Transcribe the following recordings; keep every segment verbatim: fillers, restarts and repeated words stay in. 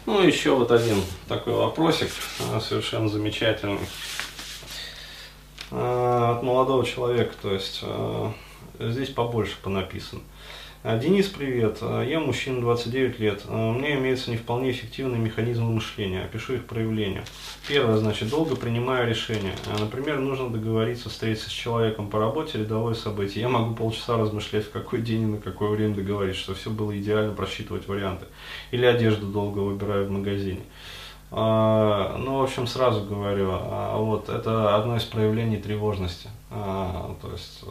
Ну, еще вот один такой вопросик, совершенно замечательный, от молодого человека, то есть здесь побольше понаписано. Денис, привет. Я мужчина, двадцать девять лет. У меня имеются не вполне эффективные механизмы мышления. Опишу их проявления. Первое, значит, долго принимаю решения. Например, нужно договориться встретиться с человеком по работе, рядовое событие. Я могу полчаса размышлять, в какой день и на какое время договориться, что все было идеально, просчитывать варианты. Или одежду долго выбираю в магазине. Ну, в общем, сразу говорю, вот, это одно из проявлений тревожности. То есть...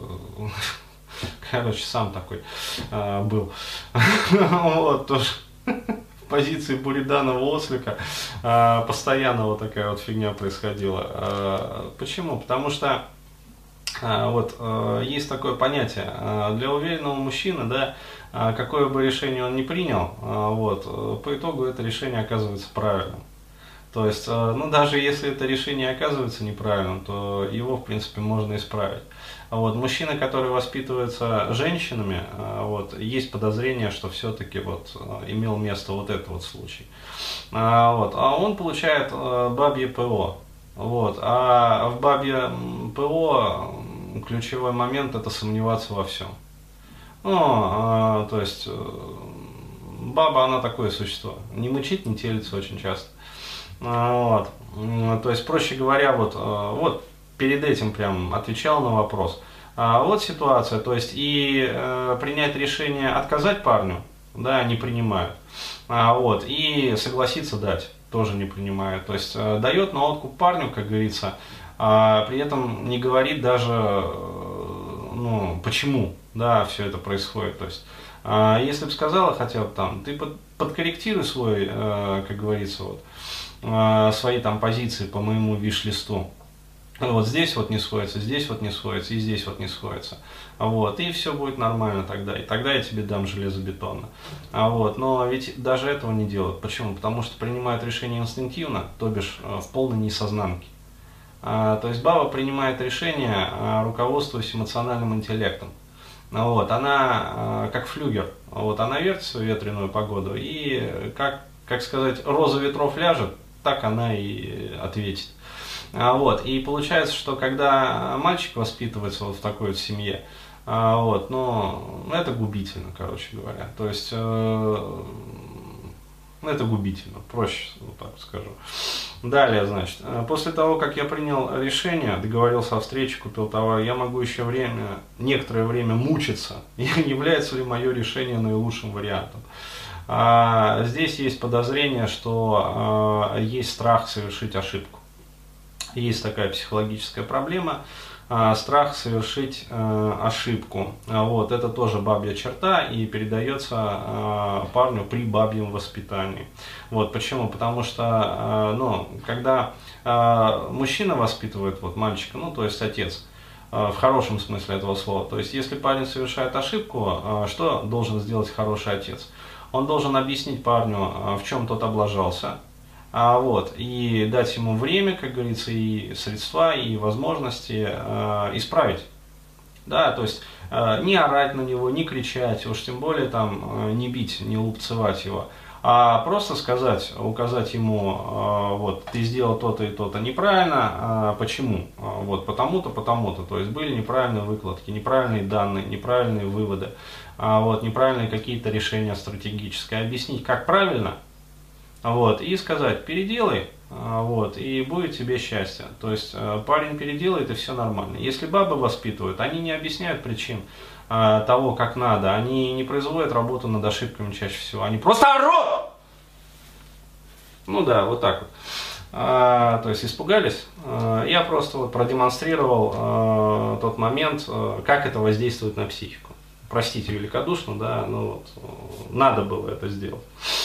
Короче, сам такой э, был. Вот, тоже в позиции буриданова ослика э, постоянно вот такая вот фигня происходила. Э, почему? Потому что э, вот э, есть такое понятие. Э, для уверенного мужчины, да, э, какое бы решение он ни принял, э, вот, э, по итогу это решение оказывается правильным. То есть, ну, даже если это решение оказывается неправильным, то его, в принципе, можно исправить. Вот, мужчины, которые воспитываются женщинами, вот, есть подозрение, что все-таки вот, имел место вот этот вот случай. Вот, а он получает бабье ПО. Вот, а в бабье ПО ключевой момент – это сомневаться во всем. Ну, то есть, баба, она такое существо. Не мычит, не телится очень часто. Вот. То есть, проще говоря, вот, вот перед этим прям отвечал на вопрос. Вот ситуация, то есть и э, принять решение отказать парню, да, не принимают. А, вот, и согласиться дать тоже не принимают. То есть э, дает на откуп парню, как говорится, а при этом не говорит даже, э, ну, почему, да, все это происходит. То есть, э, если бы сказала хотя бы там, ты под, подкорректируй свой, э, как говорится, вот, свои там позиции по моему виш-листу. Вот здесь вот не сходится, здесь вот не сходится, и здесь вот не сходится. Вот, и все будет нормально тогда. И тогда я тебе дам железобетонно. А вот, но ведь даже этого не делают. Почему? Потому что принимают решение инстинктивно, то бишь в полной несознанке. А, то есть баба принимает решение, руководствуясь эмоциональным интеллектом. Вот, она как флюгер. Вот, она вертит свою ветреную погоду, и как, как сказать, роза ветров ляжет, так она и ответит. Вот. И получается, что когда мальчик воспитывается вот в такой вот семье, вот, ну, это губительно, короче говоря. То есть, э, это губительно, проще, вот так скажу. Далее, значит, после того, как я принял решение, договорился о встрече, купил товар, я могу еще время, некоторое время мучиться, является ли мое решение наилучшим вариантом. А, здесь есть подозрение, что а, есть страх совершить ошибку. Есть такая психологическая проблема, а, страх совершить а, ошибку. А, вот, это тоже бабья черта и передается а, парню при бабьем воспитании. Вот, почему? Потому что а, ну, когда а, мужчина воспитывает вот, мальчика, ну то есть отец, а, в хорошем смысле этого слова, то есть если парень совершает ошибку, а, что должен сделать хороший отец? Он должен объяснить парню, в чем тот облажался, а, вот, и дать ему время, как говорится, и средства, и возможности э, исправить. Да, то есть э, не орать на него, не кричать, уж тем более там, э, не бить, не лупцевать его, а просто сказать, указать ему, э, вот, ты сделал то-то и то-то неправильно, а почему? Вот, потому-то, потому-то, то есть были неправильные выкладки, неправильные данные, неправильные выводы. Вот, неправильные какие-то решения стратегические, объяснить, как правильно, вот, и сказать, переделай, вот, и будет тебе счастье. То есть парень переделает, и все нормально. Если бабы воспитывают, они не объясняют причин того, как надо, они не производят работу над ошибками чаще всего, они просто орут! Ну да, вот так вот. А, то есть испугались. А, я просто вот продемонстрировал а, тот момент, а, как это воздействует на психику. Простите великодушно, да, но вот, надо было это сделать.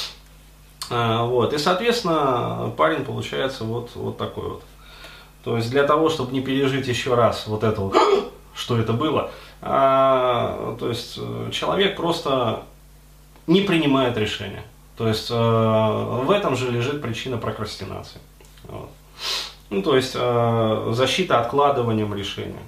А, вот, и, соответственно, парень получается вот, вот такой вот. То есть для того, чтобы не пережить еще раз вот это вот, что это было, а, то есть человек просто не принимает решения. То есть а, в этом же лежит причина прокрастинации. Вот. Ну, то есть а, защита откладыванием решения.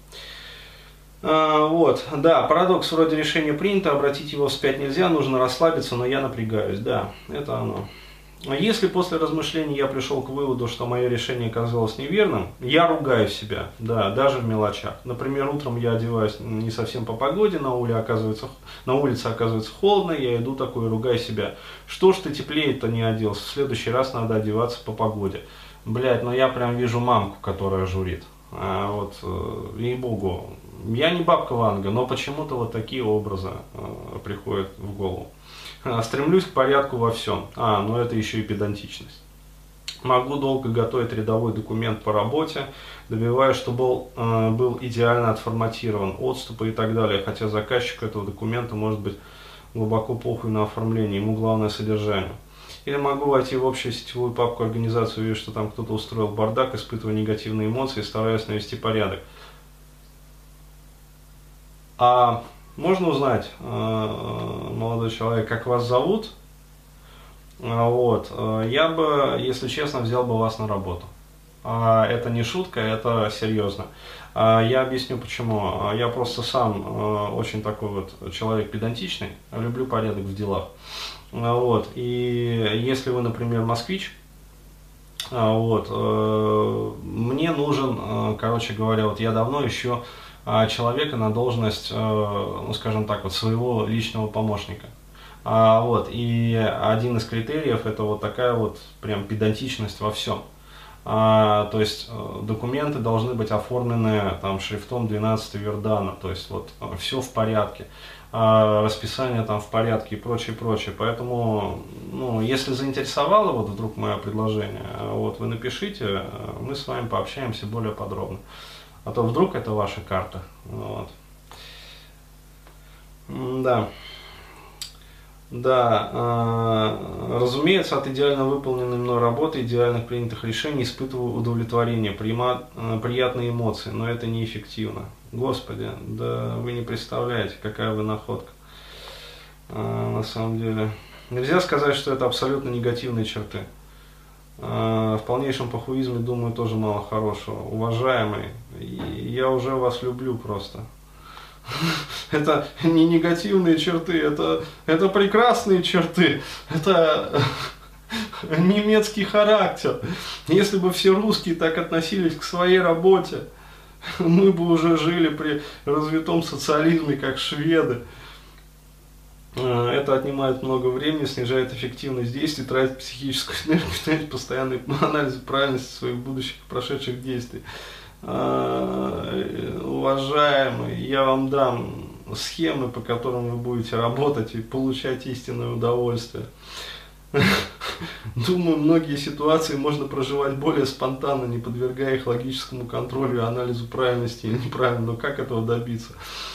А, вот, да, парадокс, вроде решения принято, обратить его вспять нельзя, нужно расслабиться, но я напрягаюсь, да, это оно. Если после размышлений я пришел к выводу, что мое решение оказалось неверным, я ругаю себя, да, даже в мелочах. Например, утром я одеваюсь не совсем по погоде, на улице оказывается, на улице оказывается холодно, я иду такой и ругаю себя. Что ж ты теплее-то не оделся, в следующий раз надо одеваться по погоде. Блять, ну я прям вижу мамку, которая журит. А вот, ей-богу, я не бабка Ванга, но почему-то вот такие образы э, приходят в голову. Стремлюсь к порядку во всем. А, ну это еще и педантичность. Могу долго готовить рядовой документ по работе, добиваясь, чтобы был, э, был идеально отформатирован, отступы и так далее. Хотя заказчику этого документа может быть глубоко похуй на оформление, ему главное содержание. Или могу войти в общую сетевую папку организации, увидеть, что там кто-то устроил бардак, испытывая негативные эмоции, стараясь навести порядок. А можно узнать, молодой человек, как вас зовут? Вот. Я бы, если честно, взял бы вас на работу. Это не шутка, это серьезно. Я объясню почему. Я просто сам очень такой вот человек педантичный, люблю порядок в делах. Вот. И если вы, например, москвич, вот, мне нужен, короче говоря, вот я давно ищу человека на должность, ну скажем так, вот своего личного помощника. А, вот, и один из критериев это вот такая вот прям педантичность во всем. А, то есть документы должны быть оформлены там шрифтом двенадцать Вердана, то есть вот все в порядке. А, расписание там в порядке и прочее, прочее. Поэтому, ну, если заинтересовало вот вдруг мое предложение, вот вы напишите, мы с вами пообщаемся более подробно. А то вдруг это ваша карта. Вот. Да. Да. Э, разумеется, от идеально выполненной мной работы, идеальных принятых решений испытываю удовлетворение, прима, э, приятные эмоции, но это неэффективно. Господи, да вы не представляете, какая вы находка. Э, на самом деле. Нельзя сказать, что это абсолютно негативные черты. В полнейшем похуизме, думаю, тоже мало хорошего. Уважаемый, я уже вас люблю просто. Это не негативные черты, это, это прекрасные черты. Это немецкий характер. Если бы все русские так относились к своей работе, мы бы уже жили при развитом социализме, как шведы. Это отнимает много времени, снижает эффективность действий, тратит психическую энергию, тратит постоянный анализ правильности своих будущих и прошедших действий. Уважаемый, я вам дам схемы, по которым вы будете работать и получать истинное удовольствие. Думаю, многие ситуации можно проживать более спонтанно, не подвергая их логическому контролю и анализу правильности или неправильности. Но как этого добиться?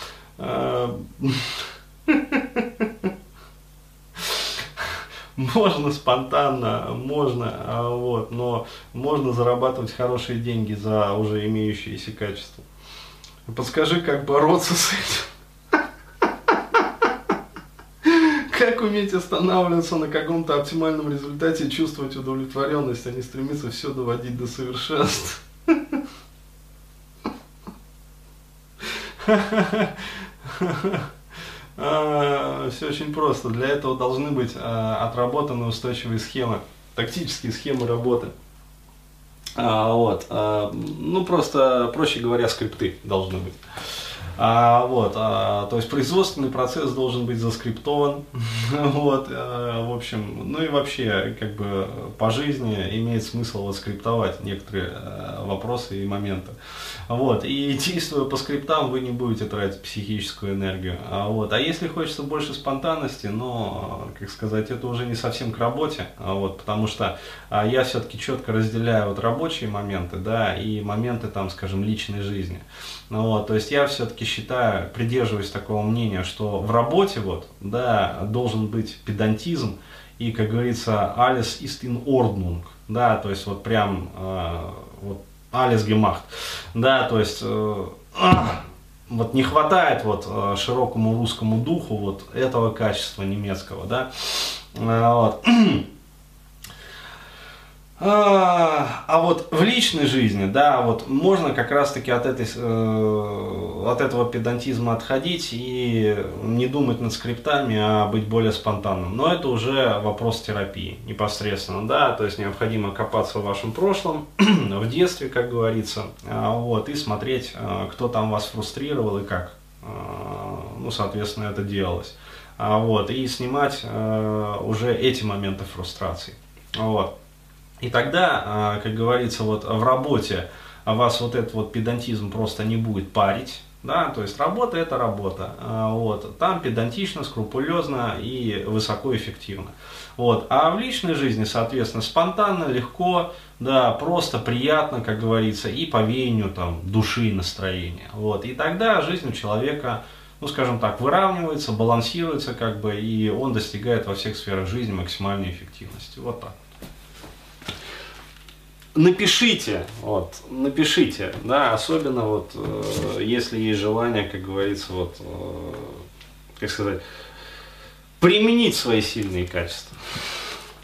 Можно спонтанно, можно, вот, но можно зарабатывать хорошие деньги за уже имеющиеся качества. Подскажи, как бороться с этим? Как уметь останавливаться на каком-то оптимальном результате и чувствовать удовлетворенность, а не стремиться все доводить до совершенства? А, все очень просто. Для этого должны быть а, отработаны устойчивые схемы, тактические схемы работы. А, вот, а, ну просто, проще говоря, скрипты должны быть. А, вот, а, то есть производственный процесс должен быть заскриптован. Вот, а, в общем, ну и вообще, как бы по жизни имеет смысл вот скриптовать некоторые а, вопросы и моменты. Вот, и действуя по скриптам, вы не будете тратить психическую энергию. А, вот, а если хочется больше спонтанности, но, как сказать, это уже не совсем к работе, а, вот, потому что а, я все-таки четко разделяю вот рабочие моменты, да, и моменты, там, скажем, личной жизни. Вот, то есть я все-таки считаю, придерживаюсь такого мнения, что в работе вот, да, должен быть педантизм и, как говорится, alles ist in Ordnung, да, то есть вот прям э, вот alles gemacht, да, то есть э, э, вот не хватает вот э, широкому русскому духу вот этого качества немецкого, да, э, вот. А, а вот в личной жизни, да, вот можно как раз-таки от, этой, э, от этого педантизма отходить и не думать над скриптами, а быть более спонтанным. Но это уже вопрос терапии непосредственно, да, то есть необходимо копаться в вашем прошлом, в детстве, как говорится, вот, и смотреть, кто там вас фрустрировал и как, ну, соответственно, это делалось. Вот, и снимать уже эти моменты фрустрации. Вот. И тогда, как говорится, вот в работе вас вот этот вот педантизм просто не будет парить, да, то есть работа это работа, вот, там педантично, скрупулезно и высокоэффективно, вот, а в личной жизни, соответственно, спонтанно, легко, да, просто приятно, как говорится, и по веянию там души и настроения, вот, и тогда жизнь у человека, ну, скажем так, выравнивается, балансируется, как бы, и он достигает во всех сферах жизни максимальной эффективности, вот так. Напишите, вот, напишите, да, особенно вот, э, если есть желание, как говорится, вот, э, как сказать, применить свои сильные качества.